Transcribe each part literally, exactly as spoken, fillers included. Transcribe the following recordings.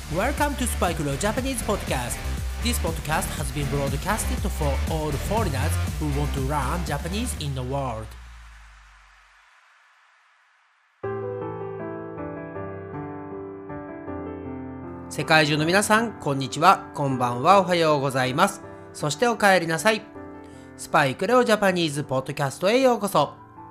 Welcome to Spike Leo Japanese Podcast. This podcast has been broadcasted for all foreigners who want to learn Japanese in the world. 世界中の皆さん、こんにちは、こんばんは、おはようございます。そしてお帰りなさい。スパイクレオジャパニーズポッドキャストへようこそ。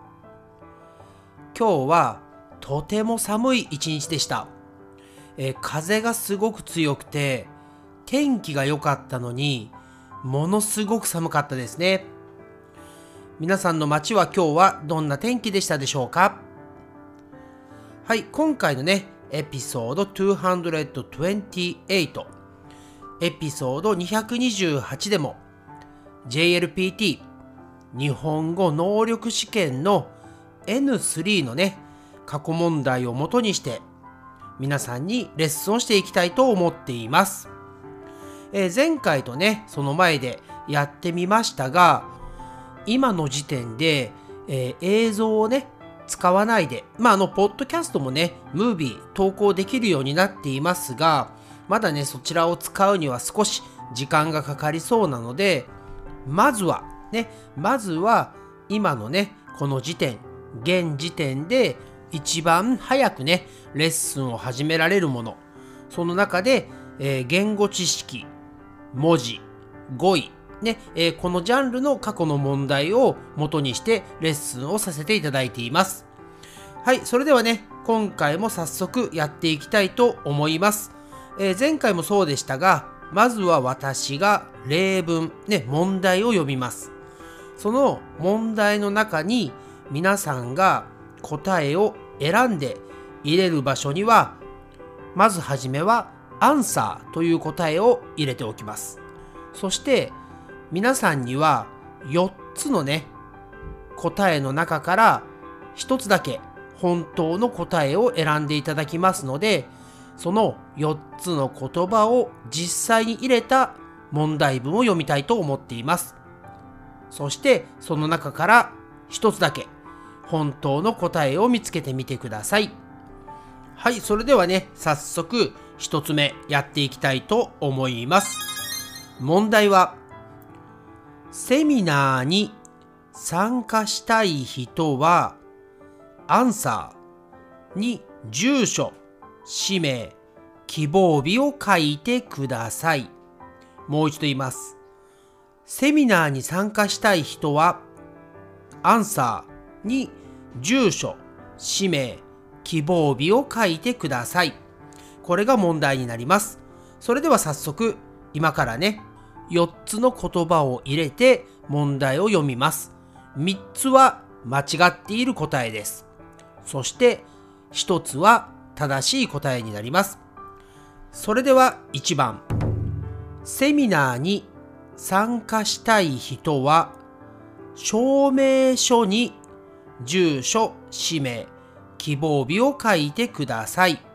今日はとても寒い一日でした。えー、風がすごく強くて、天気が良かったのに、ものすごく寒かったですね。皆さんの街は今日はどんな天気でしたでしょうか？はい、今回のね、エピソードにひゃくにじゅうはち、エピソードにひゃくにじゅうはちでも ジェイエルピーティー 日本語能力試験の エヌスリー のね過去問題をもとにして皆さんにレッスンをしていきたいと思っています。えー、前回とねその前でやってみましたが、今の時点で、えー、映像をね使わないで、まあ、あの、ポッドキャストもね、ムービー投稿できるようになっていますが、まだね、そちらを使うには少し時間がかかりそうなので、まずは、ね、まずは、今のね、この時点、現時点で、一番早くね、レッスンを始められるもの、その中で、えー、言語知識、文字、語彙、ねえー、このジャンルの過去の問題を元にしてレッスンをさせていただいています。はい、それではね、今回も早速やっていきたいと思います。えー、前回もそうでしたが、まずは私が例文、ね、問題を読みます。その問題の中に皆さんが答えを選んで入れる場所には、まずはじめはアンサーという答えを入れておきます。そして皆さんにはよっつのね答えの中からひとつだけ本当の答えを選んでいただきますので、そのよっつの言葉を実際に入れた問題文を読みたいと思っています。そしてその中からひとつだけ本当の答えを見つけてみてください。はい、それではね、早速ひとつめやっていきたいと思います。問題は、セミナーに参加したい人は、アンサーに住所、氏名、希望日を書いてください。もう一度言います。セミナーに参加したい人は、アンサーに住所、氏名、希望日を書いてください。これが問題になります。それでは早速、今からね、よっつの言葉を入れて問題を読みます。みっつは間違っている答えです。そしてひとつは正しい答えになります。それではいちばん。セミナーに参加したい人は証明書に住所、氏名、希望日を書いてください。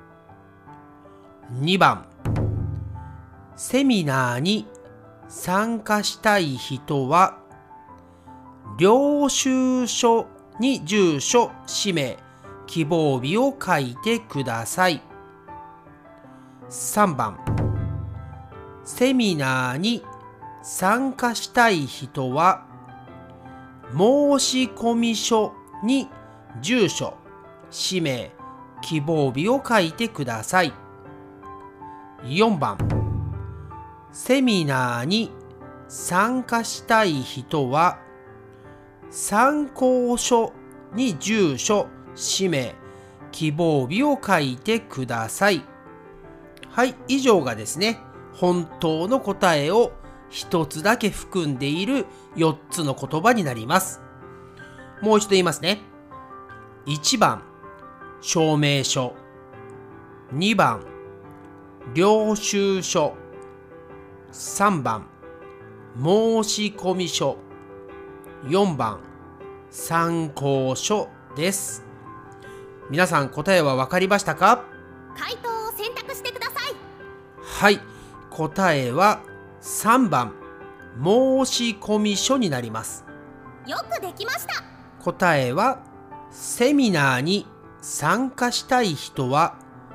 にばん。セミナーに参加したい人は領収書に住所、氏名、希望日を書いてください。さんばん。セミナーに参加したい人は申込書に住所、氏名、希望日を書いてください。よんばん。セミナーに参加したい人は参考書に住所、氏名、希望日を書いてください。はい、以上がですね、本当の答えをひとつだけ含んでいるよっつの言葉になります。もう一度言いますね。いちばん、証明書。にばん、領収書。さんばん、申込書。よんばん、参考書です。皆さん答えは分かりましたか？ 回答を選択してください。 はい、答えはさんばん、申込書になります。 よくできました。 答えは、セミナーに参加したい人は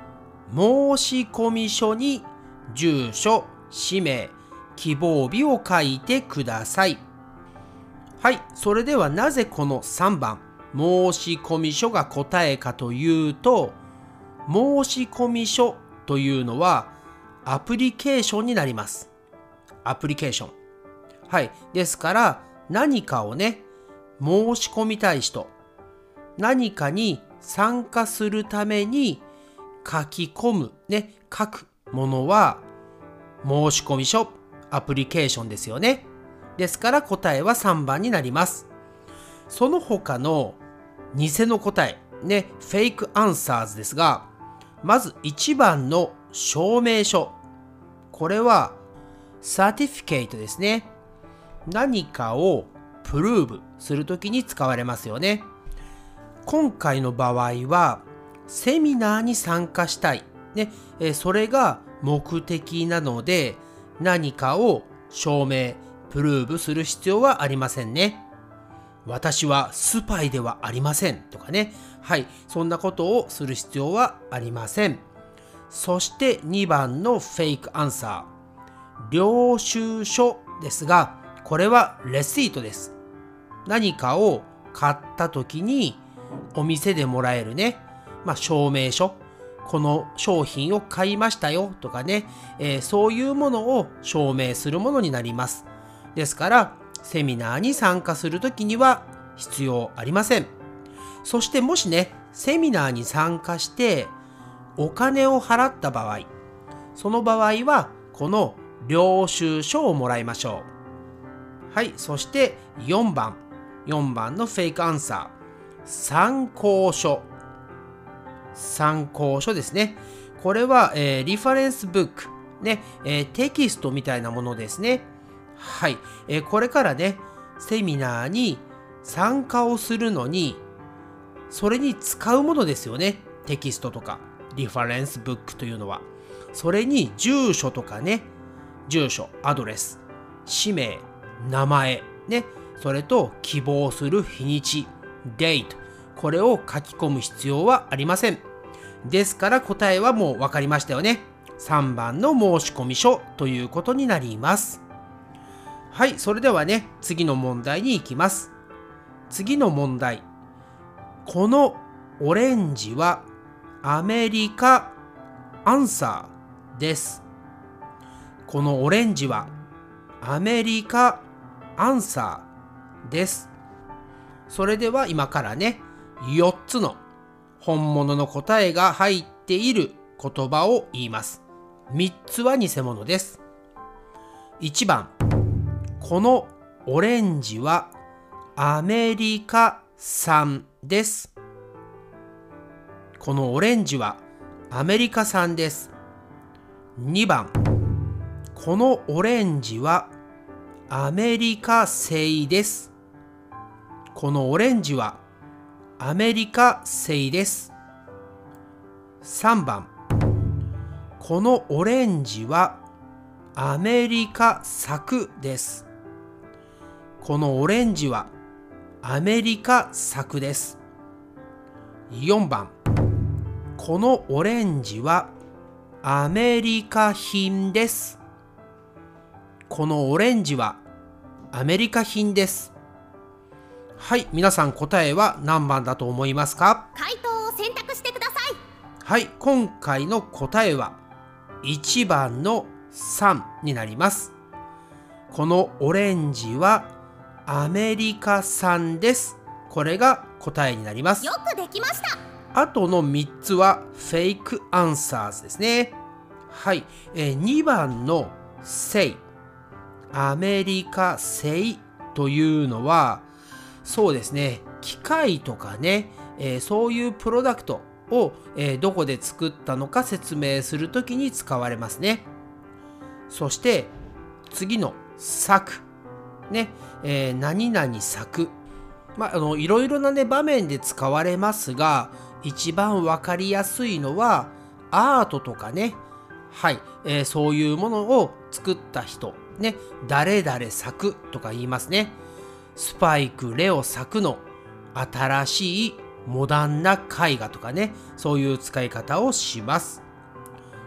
申込書に住所、氏名、希望日を書いてください。はい、それではなぜこのさんばん、申込書が答えかというと、申込書というのはアプリケーションになります。アプリケーション。はい。ですから、何かをね、申し込みたい人、何かに参加するために書き込む、ね、書くものは、申込書、アプリケーションですよね。ですから答えはさんばんになります。その他の偽の答え、ね、フェイクアンサーズですが、まずいちばんの証明書。これは、サーティフィケートですね。何かをプルーブするときに使われますよね。今回の場合は、セミナーに参加したい。ね、それが目的なので、何かを証明、プルーブする必要はありませんね。私はスパイではありませんとかね。はい、そんなことをする必要はありません。そしてにばんのフェイクアンサー。領収書ですが、これはレシートです。何かを買った時にお店でもらえるね、まあ、証明書。この商品を買いましたよとかね、えー、そういうものを証明するものになります。ですから、セミナーに参加するときには必要ありません。そしてもしね、セミナーに参加してお金を払った場合、その場合はこの領収書をもらいましょう。はい、そしてよんばん。よんばんのフェイクアンサー。参考書。参考書ですね。これは、えー、リファレンスブック。ね、えー、テキストみたいなものですね。はい、えー、これからね、セミナーに参加をするのに、それに使うものですよね。テキストとか、リファレンスブックというのは。それに住所とかね、住所、アドレス、氏名、名前、ね、それと希望する日にち、デート、これを書き込む必要はありません。ですから答えはもう分かりましたよね。さんばんの申込書ということになります。はい、それではね、次の問題に行きます。次の問題。このオレンジはアメリカアンサーです。このオレンジはアメリカアンサーです。それでは今からね、よっつの本物の答えが入っている言葉を言います。みっつは偽物です。いちばん、このオレンジはアメリカ産です。このオレンジはアメリカ産です。にばん、このオレンジはアメリカ製です。このオレンジはアメリカ製です。さんばん、このオレンジはアメリカ作です。このオレンジはアメリカ作です。よんばん、このオレンジはアメリカ品です。このオレンジはアメリカ品です。はい、皆さん答えは何番だと思いますか？ 回答を選択してください。 はい、今回の答えはいちばんのさんになります。このオレンジはアメリカ産です。これが答えになります。 よくできました。 あとのみっつはフェイクアンサーズですね。はい、えー、にばんの製、アメリカ製というのは、そうですね、機械とかね、えー、そういうプロダクトを、えー、どこで作ったのか説明するときに使われますね。そして次の作ね、えー、何々作、まあ、あのいろいろなね場面で使われますが、一番わかりやすいのはアートとかね、はい、えー、そういうものを作った人ね、誰々作とか言いますね。スパイク・レオ作の新しいモダンな絵画とかね、そういう使い方をします。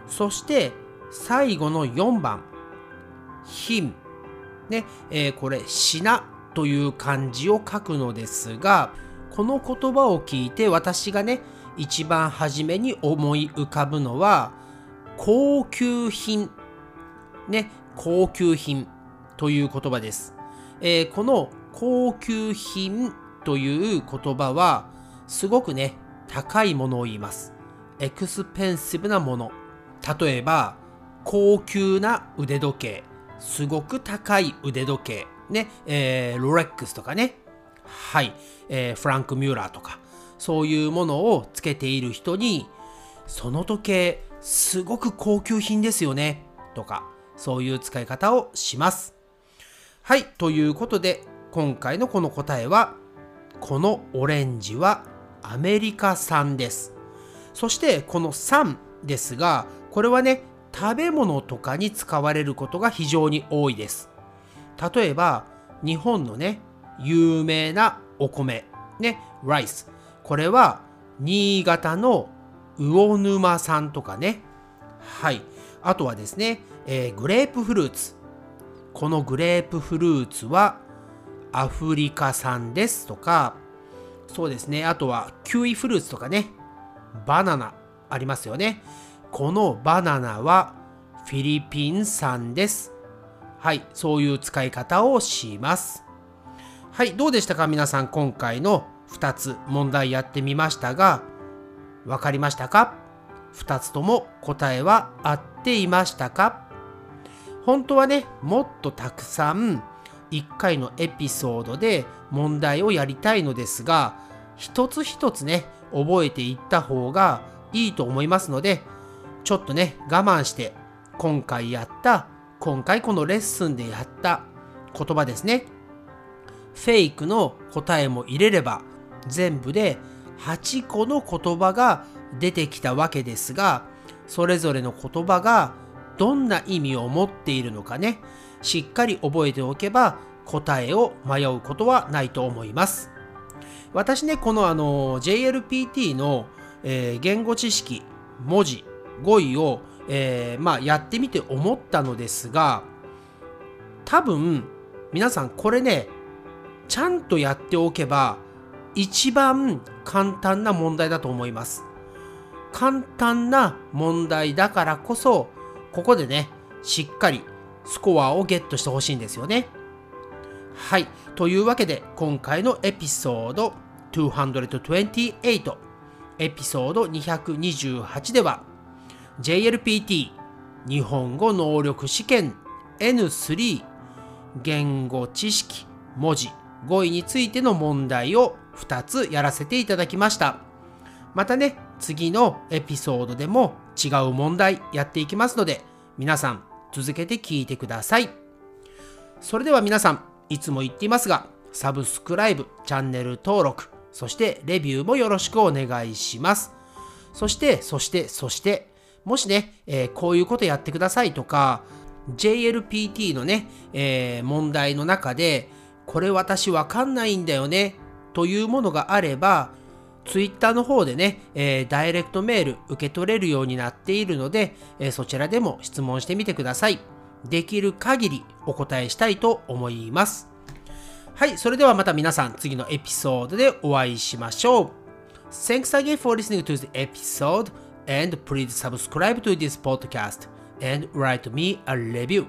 そして最後のよんばん、品。ね、えー、これ、品という漢字を書くのですが、この言葉を聞いて私がね、一番初めに思い浮かぶのは、高級品。ね、高級品という言葉です。えー、この高級品という言葉は、すごくね、高いものを言います。エクスペンシブなもの。例えば、高級な腕時計。すごく高い腕時計。ね、えー、ロレックスとかね。はい、えー、フランク・ミューラーとか。そういうものをつけている人に、その時計、すごく高級品ですよね。とか、そういう使い方をします。はい、ということで、今回のこの答えは、このオレンジはアメリカ産です。そしてこの産ですが、これはね、食べ物とかに使われることが非常に多いです。例えば、日本のね、有名なお米、ね、ライス。これは新潟の魚沼産とかね。はい。あとはですね、えー、グレープフルーツ。このグレープフルーツはアフリカ産ですとか、そうですね。あとはキウイフルーツとかね。バナナありますよね。このバナナはフィリピン産です。はい。そういう使い方をします。はい。どうでしたか皆さん、今回のふたつ問題やってみましたが、わかりましたか？ふたつとも答えは合っていましたか？本当はね、もっとたくさんいっかいのエピソードで問題をやりたいのですが、一つ一つね、覚えていった方がいいと思いますので、ちょっとね、我慢して、今回やった、今回このレッスンでやった言葉ですね。フェイクの答えも入れれば、全部ではちこの言葉が出てきたわけですが、それぞれの言葉がどんな意味を持っているのかね、しっかり覚えておけば答えを迷うことはないと思います。私ね、このあの ジェイエルピーティー の、えー、言語知識、文字、語彙を、えー、まあやってみて思ったのですが、多分皆さんこれね、ちゃんとやっておけば一番簡単な問題だと思います。簡単な問題だからこそ、ここでね、しっかりスコアをゲットしてほしいんですよね。はい。というわけで、今回のエピソードにひゃくにじゅうはち、エピソードにひゃくにじゅうはちでは、ジェイエルピーティー 日本語能力試験 エヌスリー 言語知識、文字、語彙についての問題をふたつやらせていただきました。またね、次のエピソードでも違う問題やっていきますので、皆さん続けて聞いてください。それでは皆さん、いつも言っていますが、サブスクライブ、チャンネル登録、そしてレビューもよろしくお願いします。そして、そして、そして、もしね、えー、こういうことやってくださいとか、ジェイエルピーティー のね、えー、問題の中で、これ私わかんないんだよね、というものがあれば、Twitter の方でね、えー、ダイレクトメール受け取れるようになっているので、えー、そちらでも質問してみてください。できる限りお答えしたいと思います。はい、それではまた皆さん次のエピソードでお会いしましょう。Thanks again for listening to the episode and please subscribe to this podcast and write me a review.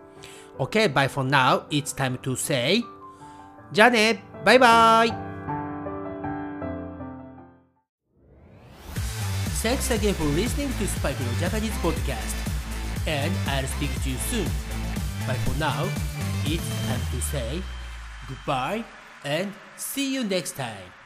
Okay, bye for now. It's time to say じゃあね、バイバイ。Thanks again for listening to Spike no Japanese podcast, and I'll speak to you soon. But for now, it's time to say goodbye and see you next time.